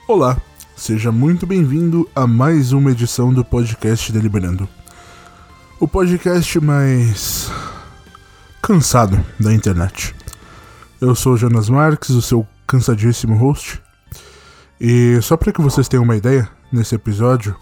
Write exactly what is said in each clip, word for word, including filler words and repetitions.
Olá, seja muito bem-vindo a mais uma edição do podcast Deliberando. O podcast mais cansado da internet. Eu sou o Jonas Marques, o seu cansadíssimo host. E só para que vocês tenham uma ideia, nesse episódio,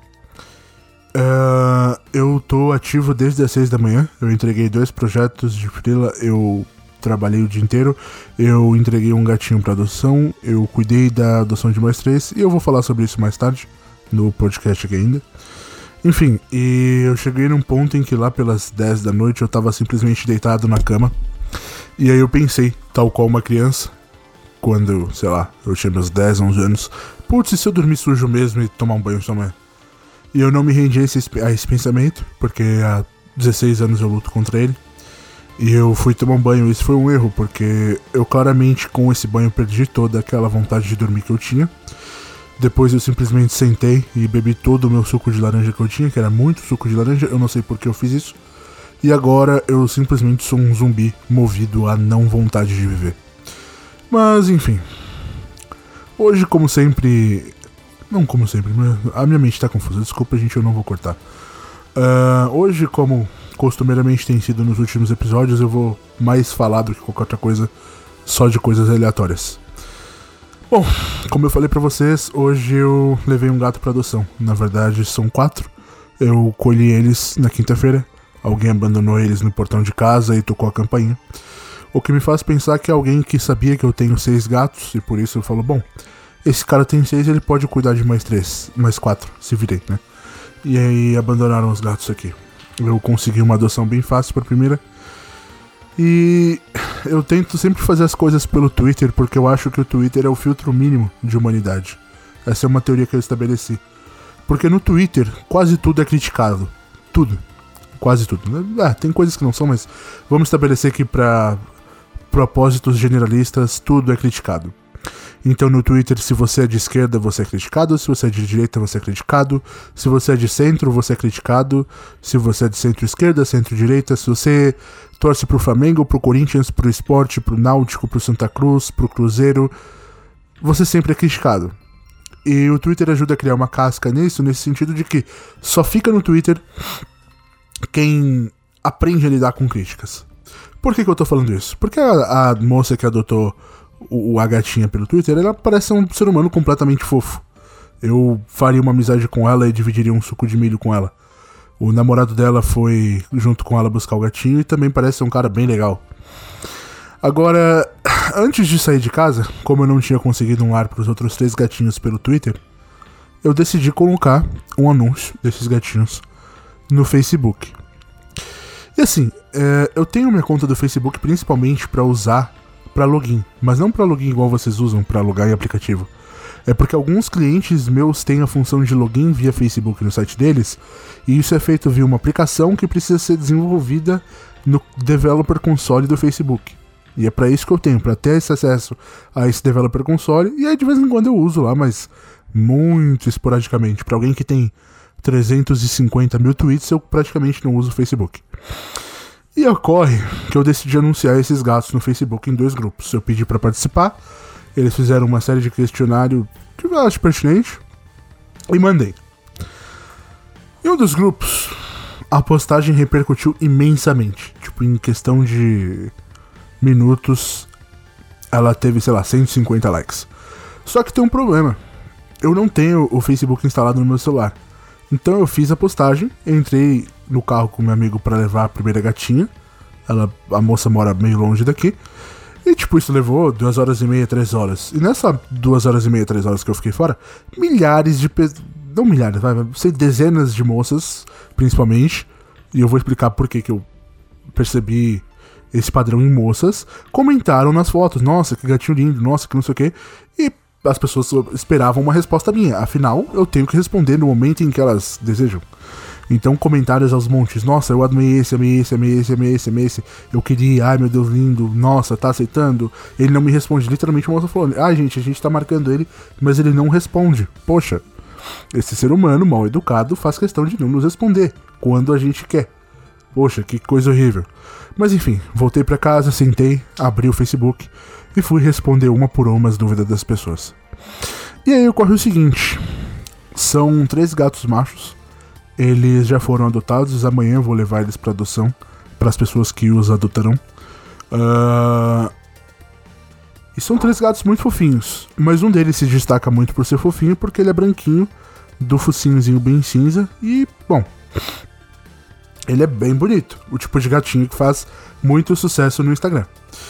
uh, eu tô ativo desde as seis da manhã. Eu entreguei dois projetos de freela, eu trabalhei o dia inteiro, eu entreguei um gatinho para adoção, eu cuidei da adoção de mais três, e eu vou falar sobre isso mais tarde, no podcast aqui ainda. Enfim, e eu cheguei num ponto em que lá pelas dez da noite eu tava simplesmente deitado na cama, e aí eu pensei, tal qual uma criança, quando, sei lá, eu tinha meus dez, onze anos, putz, e se eu dormir sujo mesmo e tomar um banho só amanhã? E eu não me rendi a esse, a esse pensamento, porque há dezesseis anos eu luto contra ele. E eu fui tomar um banho, isso foi um erro, porque eu claramente com esse banho perdi toda aquela vontade de dormir que eu tinha. Depois eu simplesmente sentei e bebi todo o meu suco de laranja que eu tinha, que era muito suco de laranja, eu não sei por que eu fiz isso. E agora eu simplesmente sou um zumbi movido à não vontade de viver. Mas enfim, hoje como sempre, não como sempre, a minha mente tá confusa, desculpa gente, eu não vou cortar. Uh, hoje como costumeiramente tem sido nos últimos episódios, eu vou mais falar do que qualquer outra coisa, só de coisas aleatórias. Bom, como eu falei pra vocês, hoje eu levei um gato pra adoção. Na verdade, são quatro. Eu colhi eles na quinta-feira. Alguém abandonou eles no portão de casa e tocou a campainha. O que me faz pensar que é alguém que sabia que eu tenho seis gatos, e por isso eu falo, bom, esse cara tem seis, ele pode cuidar de mais três, mais quatro, se virei, né? E aí abandonaram os gatos aqui. Eu consegui uma adoção bem fácil pra primeira. E eu tento sempre fazer as coisas pelo Twitter, porque eu acho que o Twitter é o filtro mínimo de humanidade. Essa é uma teoria que eu estabeleci. Porque no Twitter, quase tudo é criticado. Tudo. Quase tudo. Ah, tem coisas que não são, mas vamos estabelecer que pra propósitos generalistas, tudo é criticado. Então no Twitter, se você é de esquerda, você é criticado. Se você é de direita, você é criticado. Se você é de centro, você é criticado. Se você é de centro-esquerda, centro-direita. Se você torce pro Flamengo, pro Corinthians, pro Sport, pro Náutico, pro Santa Cruz, pro Cruzeiro, você sempre é criticado. E o Twitter ajuda a criar uma casca nisso, nesse sentido de que só fica no Twitter quem aprende a lidar com críticas. Por que que eu tô falando isso? Porque a, a moça que adotou o, a gatinha pelo Twitter, ela parece um ser humano completamente fofo. Eu faria uma amizade com ela e dividiria um suco de milho com ela. O namorado dela foi junto com ela buscar o gatinho e também parece ser um cara bem legal. Agora, antes de sair de casa, como eu não tinha conseguido um lar para os outros três gatinhos pelo Twitter, eu decidi colocar um anúncio desses gatinhos no Facebook. E assim, é, eu tenho minha conta do Facebook principalmente para usar para login, mas não para login igual vocês usam para logar em aplicativo. É porque alguns clientes meus têm a função de login via Facebook no site deles, e isso é feito via uma aplicação que precisa ser desenvolvida no Developer Console do Facebook. E é para isso que eu tenho, para ter esse acesso a esse Developer Console, e aí de vez em quando eu uso lá, mas muito esporadicamente. Para alguém que tem trezentos e cinquenta mil tweets, eu praticamente não uso o Facebook. E ocorre que eu decidi anunciar esses gatos no Facebook em dois grupos. Eu pedi para participar, eles fizeram uma série de questionário que eu acho pertinente e mandei. Em um dos grupos, a postagem repercutiu imensamente. Tipo, em questão de minutos, ela teve, sei lá, cento e cinquenta likes. Só que tem um problema. Eu não tenho o Facebook instalado no meu celular. Então eu fiz a postagem, entrei no carro com meu amigo para levar a primeira gatinha. Ela, a moça mora meio longe daqui. E tipo, isso levou duas horas e meia, três horas. E nessa duas horas e meia, três horas que eu fiquei fora, milhares de pessoas, não milhares, vai, sei, dezenas de moças, principalmente, e eu vou explicar por que que eu percebi esse padrão em moças, comentaram nas fotos, nossa, que gatinho lindo, nossa, que não sei o que, e as pessoas esperavam uma resposta minha, afinal, eu tenho que responder no momento em que elas desejam. Então, comentários aos montes, nossa, eu amei esse, amei esse, amei esse, amei esse, amei esse, eu queria, ai meu Deus, lindo, nossa, tá aceitando? Ele não me responde, literalmente a moça falou, ai gente, a gente tá marcando ele, mas ele não responde. Poxa, esse ser humano mal educado faz questão de não nos responder, quando a gente quer. Poxa, que coisa horrível. Mas enfim, voltei pra casa, sentei, abri o Facebook e fui responder uma por uma as dúvidas das pessoas. E aí ocorre o seguinte, são três gatos machos, eles já foram adotados, amanhã eu vou levar eles para adoção, para as pessoas que os adotarão. Uh... E são três gatos muito fofinhos, mas um deles se destaca muito por ser fofinho porque ele é branquinho, do focinhozinho bem cinza e, bom, ele é bem bonito, o tipo de gatinho que faz muito sucesso no Instagram.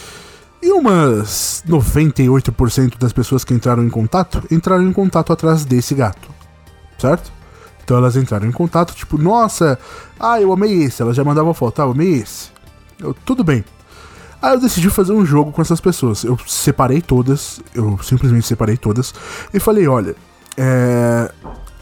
E umas noventa e oito por cento das pessoas que entraram em contato, entraram em contato atrás desse gato, certo? Então elas entraram em contato, tipo, nossa, ah, eu amei esse, elas já mandavam foto, ah, eu amei esse. Eu, tudo bem. Aí eu decidi fazer um jogo com essas pessoas, eu separei todas, eu simplesmente separei todas, e falei, olha, é...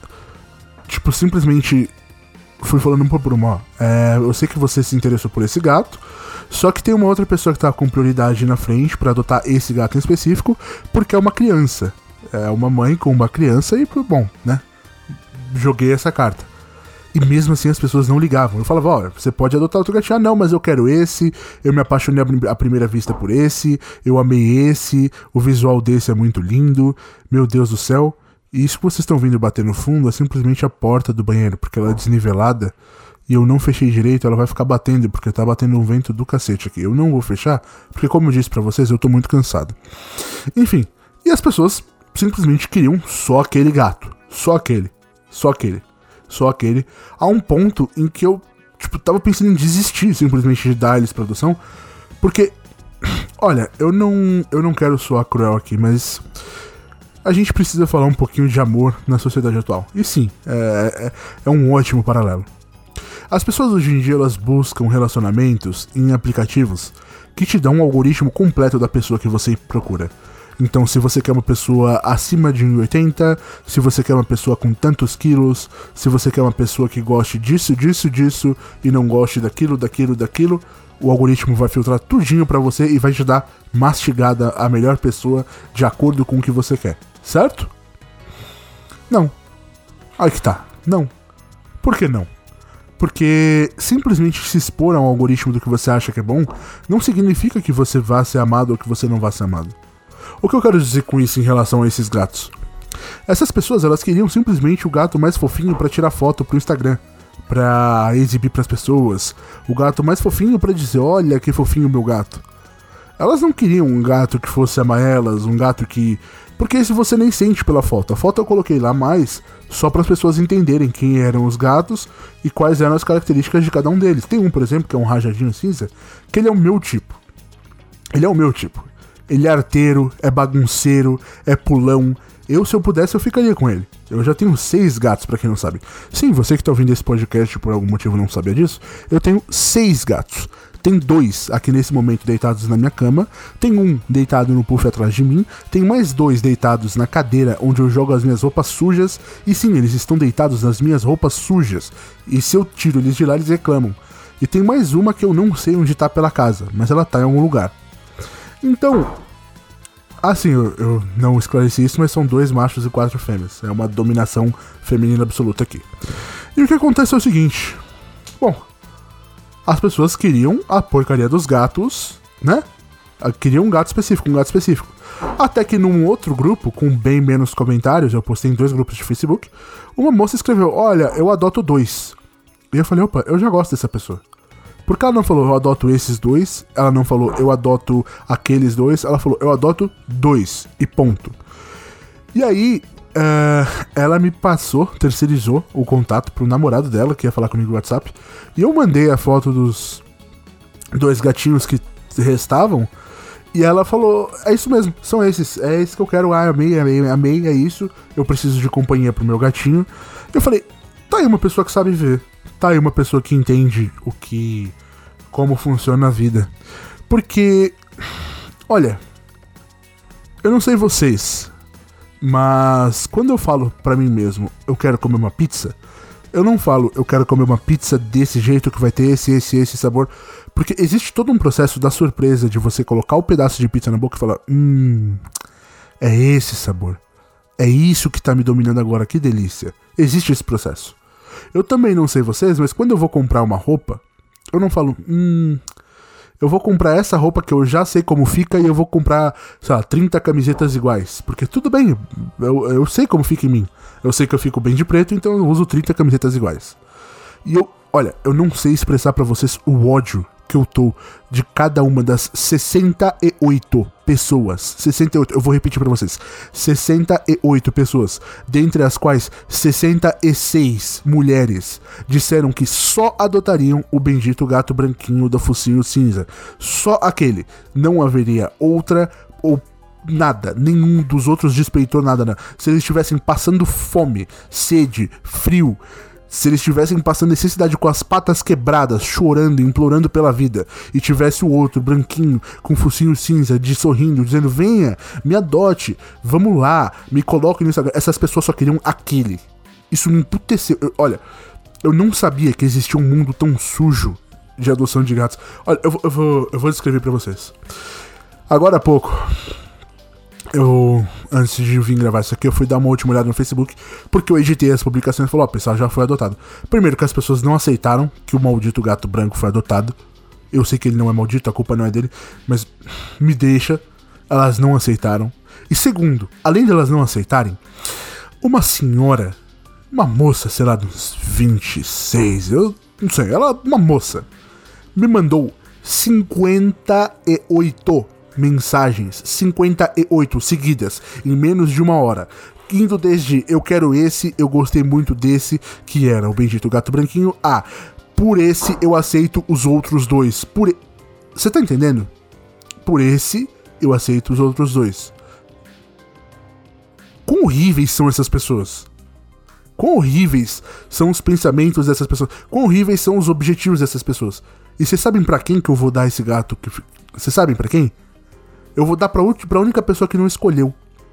Tipo, simplesmente fui falando uma por uma, ó, é, eu sei que você se interessou por esse gato, só que tem uma outra pessoa que tá com prioridade na frente pra adotar esse gato em específico, porque é uma criança. É uma mãe com uma criança e, bom, né, joguei essa carta. E mesmo assim as pessoas não ligavam. Eu falava, ó, você pode adotar outro gatinho. Ah, não, mas eu quero esse, eu me apaixonei à primeira vista por esse, eu amei esse, o visual desse é muito lindo, meu Deus do céu. E isso que vocês estão vindo bater no fundo é simplesmente a porta do banheiro, porque ela é desnivelada e eu não fechei direito, ela vai ficar batendo, porque tá batendo um vento do cacete aqui. Eu não vou fechar, porque como eu disse pra vocês, eu tô muito cansado. Enfim, e as pessoas simplesmente queriam só aquele gato, só aquele, só aquele, só aquele, a um ponto em que eu, tipo, tava pensando em desistir simplesmente de dar eles pra adoção, porque, olha, eu não, eu não quero soar cruel aqui, mas... a gente precisa falar um pouquinho de amor na sociedade atual. E sim, é, é, é um ótimo paralelo. As pessoas hoje em dia elas buscam relacionamentos em aplicativos que te dão um algoritmo completo da pessoa que você procura. Então, se você quer uma pessoa acima de um e oitenta, se você quer uma pessoa com tantos quilos, se você quer uma pessoa que goste disso, disso, disso e não goste daquilo, daquilo, daquilo, o algoritmo vai filtrar tudinho pra você e vai te dar mastigada a melhor pessoa de acordo com o que você quer. Certo? Não. Aí que tá. Não. Por que não? Porque simplesmente se expor a um algoritmo do que você acha que é bom não significa que você vá ser amado ou que você não vá ser amado. O que eu quero dizer com isso em relação a esses gatos? Essas pessoas, elas queriam simplesmente o gato mais fofinho pra tirar foto pro Instagram, pra exibir pras pessoas, o gato mais fofinho pra dizer, olha que fofinho meu gato. Elas não queriam um gato que fosse amar elas, um gato que... Porque esse você nem sente pela foto. A foto eu coloquei lá mais só para as pessoas entenderem quem eram os gatos e quais eram as características de cada um deles. Tem um, por exemplo, que é um rajadinho cinza, que ele é o meu tipo. Ele é o meu tipo. Ele é arteiro, é bagunceiro, é pulão. Eu, se eu pudesse, eu ficaria com ele. Eu já tenho seis gatos, pra quem não sabe. Sim, você que tá ouvindo esse podcast por algum motivo não sabia disso, eu tenho seis gatos. Tem dois aqui nesse momento deitados na minha cama, tem um deitado no puff atrás de mim, tem mais dois deitados na cadeira onde eu jogo as minhas roupas sujas, e sim, eles estão deitados nas minhas roupas sujas, e se eu tiro eles de lá, eles reclamam. E tem mais uma que eu não sei onde tá pela casa, mas ela tá em algum lugar. Então, assim, eu, eu não esclareci isso, mas são dois machos e quatro fêmeas, é uma dominação feminina absoluta aqui. E o que acontece é o seguinte, bom... as pessoas queriam a porcaria dos gatos, né? Queriam um gato específico, um gato específico. Até que num outro grupo, com bem menos comentários, eu postei em dois grupos de Facebook, uma moça escreveu, olha, eu adoto dois. E eu falei, opa, eu já gosto dessa pessoa. Porque ela não falou, eu adoto esses dois, ela não falou, eu adoto aqueles dois, ela falou, eu adoto dois, e ponto. E aí... Uh, ela me passou, terceirizou o contato pro namorado dela, que ia falar comigo no WhatsApp, e eu mandei a foto dos dois gatinhos que restavam, e ela falou, é isso mesmo, são esses, é esse que eu quero, ah, amei, amei, amei, é isso, eu preciso de companhia pro meu gatinho. Eu falei, tá aí uma pessoa que sabe ver, tá aí uma pessoa que entende o que, como funciona a vida, porque, olha, eu não sei vocês, mas quando eu falo pra mim mesmo, eu quero comer uma pizza, eu não falo, eu quero comer uma pizza desse jeito que vai ter esse, esse, esse sabor, porque existe todo um processo da surpresa de você colocar o pedaço de pizza na boca e falar, hum, é esse sabor, é isso que tá me dominando agora, que delícia. Existe esse processo. Eu também não sei vocês, mas quando eu vou comprar uma roupa, eu não falo, hum, eu vou comprar essa roupa que eu já sei como fica e eu vou comprar, sei lá, trinta camisetas iguais. Porque tudo bem, eu, eu sei como fica em mim. Eu sei que eu fico bem de preto, então eu uso trinta camisetas iguais. E eu, olha, eu não sei expressar pra vocês o ódio que eu tô de cada uma das sessenta e oito pessoas. sessenta e oito, eu vou repetir pra vocês. sessenta e oito pessoas, dentre as quais sessenta e seis mulheres disseram que só adotariam o bendito gato branquinho do focinho cinza. Só aquele. Não haveria outra ou nada, nenhum dos outros despeitou nada, não. Se eles estivessem passando fome, sede, frio, se eles estivessem passando necessidade com as patas quebradas, chorando, implorando pela vida, e tivesse o outro, branquinho, com focinho cinza, de sorrindo, dizendo, venha, me adote, vamos lá, me coloque no Instagram. Essas pessoas só queriam aquele. Isso me emputeceu. Eu, olha, eu não sabia que existia um mundo tão sujo de adoção de gatos. Olha, eu, eu, vou, eu vou descrever pra vocês. Agora há pouco, eu, antes de vir gravar isso aqui, eu fui dar uma última olhada no Facebook, porque eu editei as publicações e falou, ó, o pessoal já foi adotado. Primeiro que as pessoas não aceitaram que o maldito gato branco foi adotado. Eu sei que ele não é maldito, a culpa não é dele, mas me deixa, elas não aceitaram. E segundo, além de elas não aceitarem, uma senhora, uma moça, sei lá, uns vinte e seis, eu não sei, ela, uma moça, me mandou cinquenta e oito mensagens, cinquenta e oito seguidas, em menos de uma hora, indo desde eu quero esse, eu gostei muito desse, que era o bendito gato branquinho, a por esse eu aceito os outros dois, por... Você tá entendendo? Por esse eu aceito os outros dois. Quão horríveis são essas pessoas? Quão horríveis são os pensamentos dessas pessoas? Quão horríveis são os objetivos dessas pessoas? E vocês sabem pra quem que eu vou dar esse gato? Vocês sabem pra quem? Eu vou dar pra, pra única pessoa que não escolheu.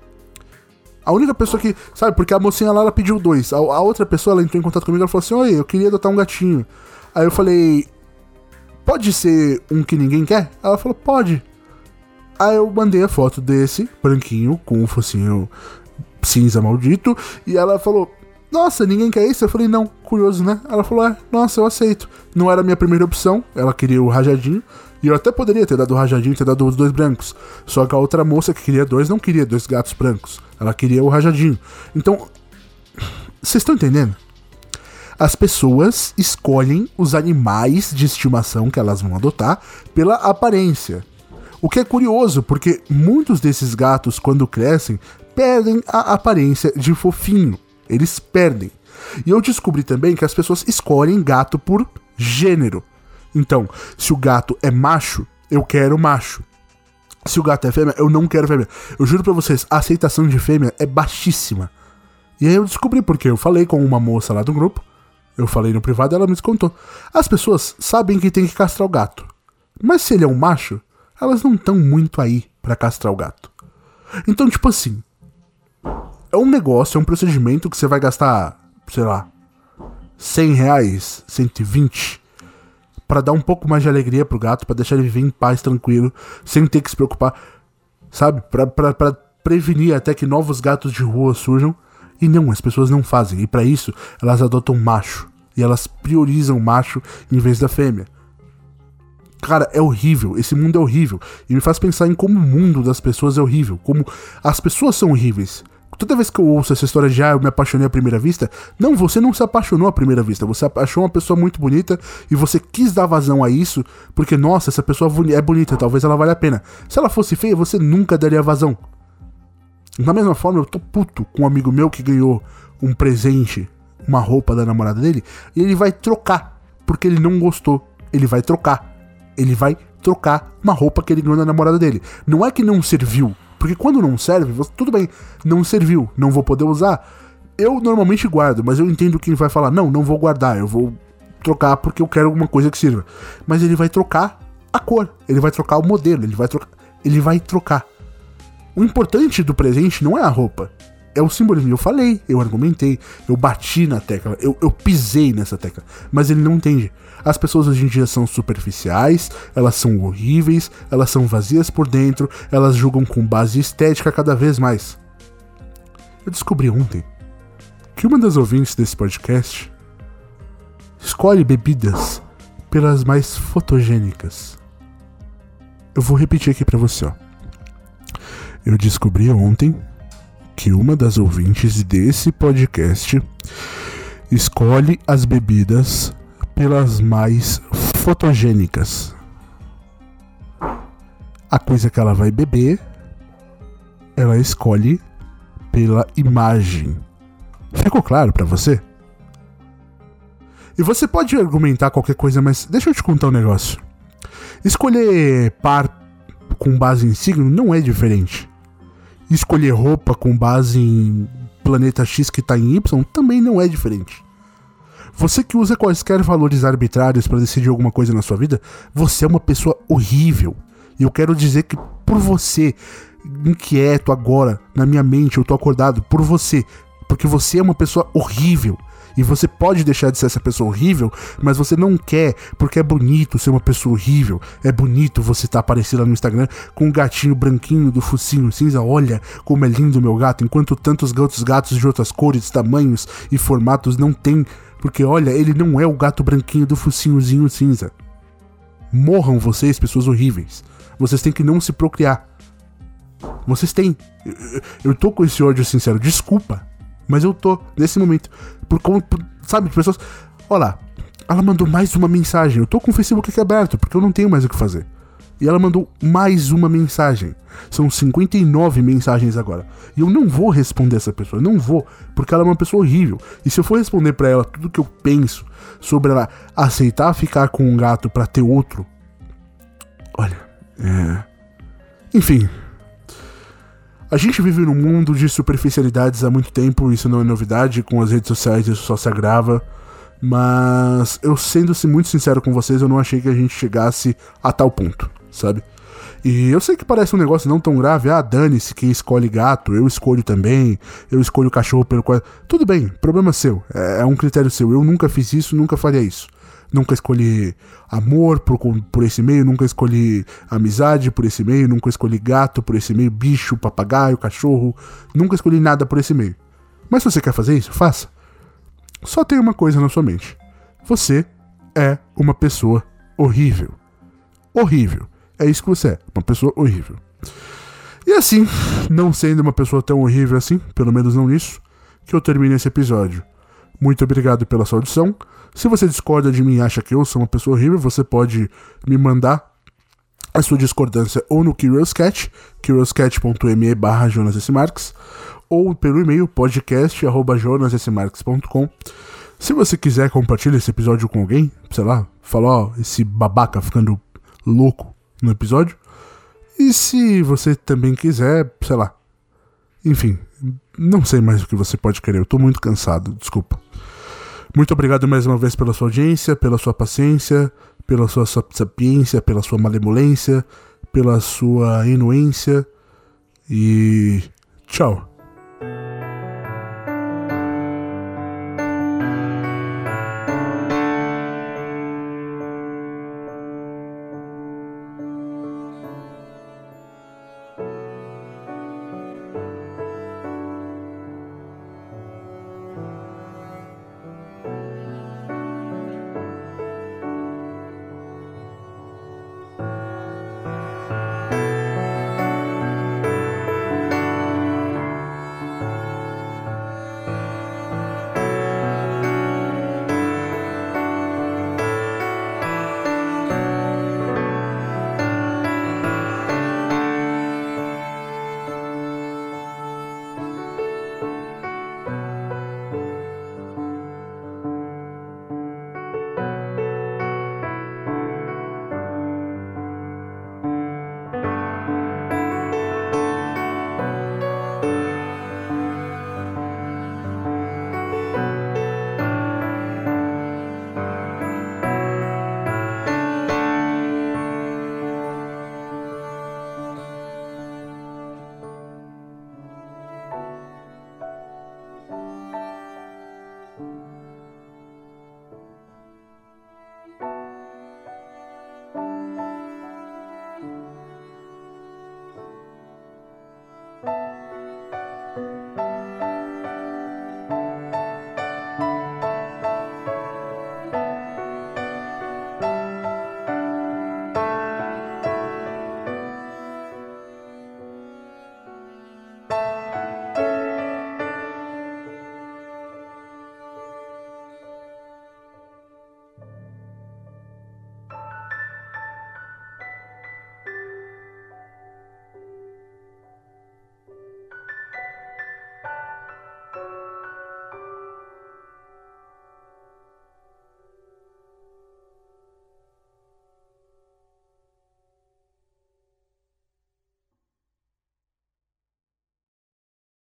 A única pessoa que... Sabe, porque a mocinha lá, ela pediu dois. A, a outra pessoa, ela entrou em contato comigo, ela falou assim, oi, eu queria adotar um gatinho. Aí eu falei, pode ser um que ninguém quer? Ela falou, pode. Aí eu mandei a foto desse, branquinho, com o focinho cinza maldito. E ela falou, nossa, ninguém quer isso? Eu falei, não, curioso, né? Ela falou, é, nossa, eu aceito. Não era a minha primeira opção, ela queria o rajadinho. E eu até poderia ter dado o rajadinho e ter dado os dois brancos. Só que a outra moça que queria dois não queria dois gatos brancos. Ela queria o rajadinho. Então, vocês estão entendendo? As pessoas escolhem os animais de estimação que elas vão adotar pela aparência. O que é curioso, porque muitos desses gatos, quando crescem, perdem a aparência de fofinho. Eles perdem. E eu descobri também que as pessoas escolhem gato por gênero. Então, se o gato é macho, eu quero macho. Se o gato é fêmea, eu não quero fêmea. Eu juro pra vocês, a aceitação de fêmea é baixíssima. E aí eu descobri porque eu falei com uma moça lá do grupo, eu falei no privado e ela me descontou. As pessoas sabem que tem que castrar o gato. Mas se ele é um macho, elas não estão muito aí pra castrar o gato. Então, tipo assim, é um negócio, é um procedimento que você vai gastar, sei lá, cem reais, cento e vinte, pra dar um pouco mais de alegria pro gato, pra deixar ele viver em paz, tranquilo, sem ter que se preocupar, sabe? Pra, pra, pra prevenir até que novos gatos de rua surjam. E não, as pessoas não fazem. E pra isso, elas adotam macho. E elas priorizam o macho em vez da fêmea. Cara, é horrível. Esse mundo é horrível. E me faz pensar em como o mundo das pessoas é horrível. Como as pessoas são horríveis. Toda vez que eu ouço essa história de ah, eu me apaixonei à primeira vista, não, você não se apaixonou à primeira vista, você achou uma pessoa muito bonita e você quis dar vazão a isso, porque, nossa, essa pessoa é bonita, talvez ela valha a pena. Se ela fosse feia, você nunca daria vazão. Da mesma forma, eu tô puto com um amigo meu que ganhou um presente, uma roupa da namorada dele, e ele vai trocar, porque ele não gostou, ele vai trocar. Ele vai trocar uma roupa que ele ganhou da namorada dele. Não é que não serviu, porque quando não serve, você, tudo bem, não serviu, não vou poder usar. Eu normalmente guardo, mas eu entendo que ele vai falar, não, não vou guardar, eu vou trocar porque eu quero alguma coisa que sirva. Mas ele vai trocar a cor, ele vai trocar o modelo, ele vai trocar, ele vai trocar. O importante do presente não é a roupa, é o simbolismo. Eu falei, eu argumentei, eu bati na tecla, eu, eu pisei nessa tecla, mas ele não entende. As pessoas hoje em dia são superficiais, elas são horríveis, elas são vazias por dentro, elas julgam com base estética cada vez mais. Eu descobri ontem que uma das ouvintes desse podcast escolhe bebidas pelas mais fotogênicas. eu vou repetir aqui pra você, ó. Eu descobri ontem que uma das ouvintes desse podcast escolhe as bebidas pelas mais fotogênicas. A coisa que ela vai beber, ela escolhe pela imagem. Ficou claro pra você? E você pode argumentar qualquer coisa, mas deixa eu te contar um negócio. Escolher par com base em signo não é diferente. Escolher roupa com base em planeta X que tá em Y também não é diferente. Você que usa quaisquer valores arbitrários pra decidir alguma coisa na sua vida, você é uma pessoa horrível. E eu quero dizer que por você, inquieto agora, na minha mente, eu tô acordado por você, porque você é uma pessoa horrível. E você pode deixar de ser essa pessoa horrível, mas você não quer, porque é bonito ser uma pessoa horrível. É bonito você estar tá aparecendo lá no Instagram com um gatinho branquinho do focinho cinza. Olha como é lindo meu gato, enquanto tantos outros gatos de outras cores, tamanhos e formatos não tem. Porque olha, ele não é o gato branquinho do focinhozinho cinza. Morram vocês, pessoas horríveis. Vocês têm que não se procriar. Vocês têm. Eu tô com esse ódio sincero, desculpa. Mas eu tô, nesse momento, por como, sabe, pessoas... Olha lá, ela mandou mais uma mensagem. Eu tô com o Facebook aqui aberto, porque eu não tenho mais o que fazer. E ela mandou mais uma mensagem. São cinquenta e nove mensagens agora. E eu não vou responder essa pessoa, não vou, porque ela é uma pessoa horrível. E se eu for responder pra ela tudo que eu penso sobre ela aceitar ficar com um gato pra ter outro... Olha, é... Enfim... A gente vive num mundo de superficialidades há muito tempo, isso não é novidade, com as redes sociais isso só se agrava, mas eu sendo-se muito sincero com vocês, eu não achei que a gente chegasse a tal ponto, sabe? E eu sei que parece um negócio não tão grave, ah, dane-se quem escolhe gato, eu escolho também, eu escolho cachorro pelo qual... Tudo bem, problema seu, é, é um critério seu, eu nunca fiz isso, nunca faria isso. Nunca escolhi amor por, por esse meio, nunca escolhi amizade por esse meio, nunca escolhi gato por esse meio, bicho, papagaio, cachorro, nunca escolhi nada por esse meio. Mas se você quer fazer isso, faça. Só tem uma coisa na sua mente. Você é uma pessoa horrível. Horrível. É isso que você é, uma pessoa horrível. E assim, não sendo uma pessoa tão horrível assim, pelo menos não nisso, que eu termino esse episódio. Muito obrigado pela sua audição. Se você discorda de mim e acha que eu sou uma pessoa horrível, você pode me mandar a sua discordância ou no Curioscat, curioscat.me barra Jonas S. Marques, ou pelo e-mail podcast arroba jonas s marques ponto com. Se você quiser compartilhar esse episódio com alguém, sei lá, falar, ó, esse babaca ficando louco no episódio. E se você também quiser, sei lá, enfim, não sei mais o que você pode querer, eu tô muito cansado, desculpa. Muito obrigado mais uma vez pela sua audiência, pela sua paciência, pela sua sapiência, pela sua malemolência, pela sua inuência e tchau.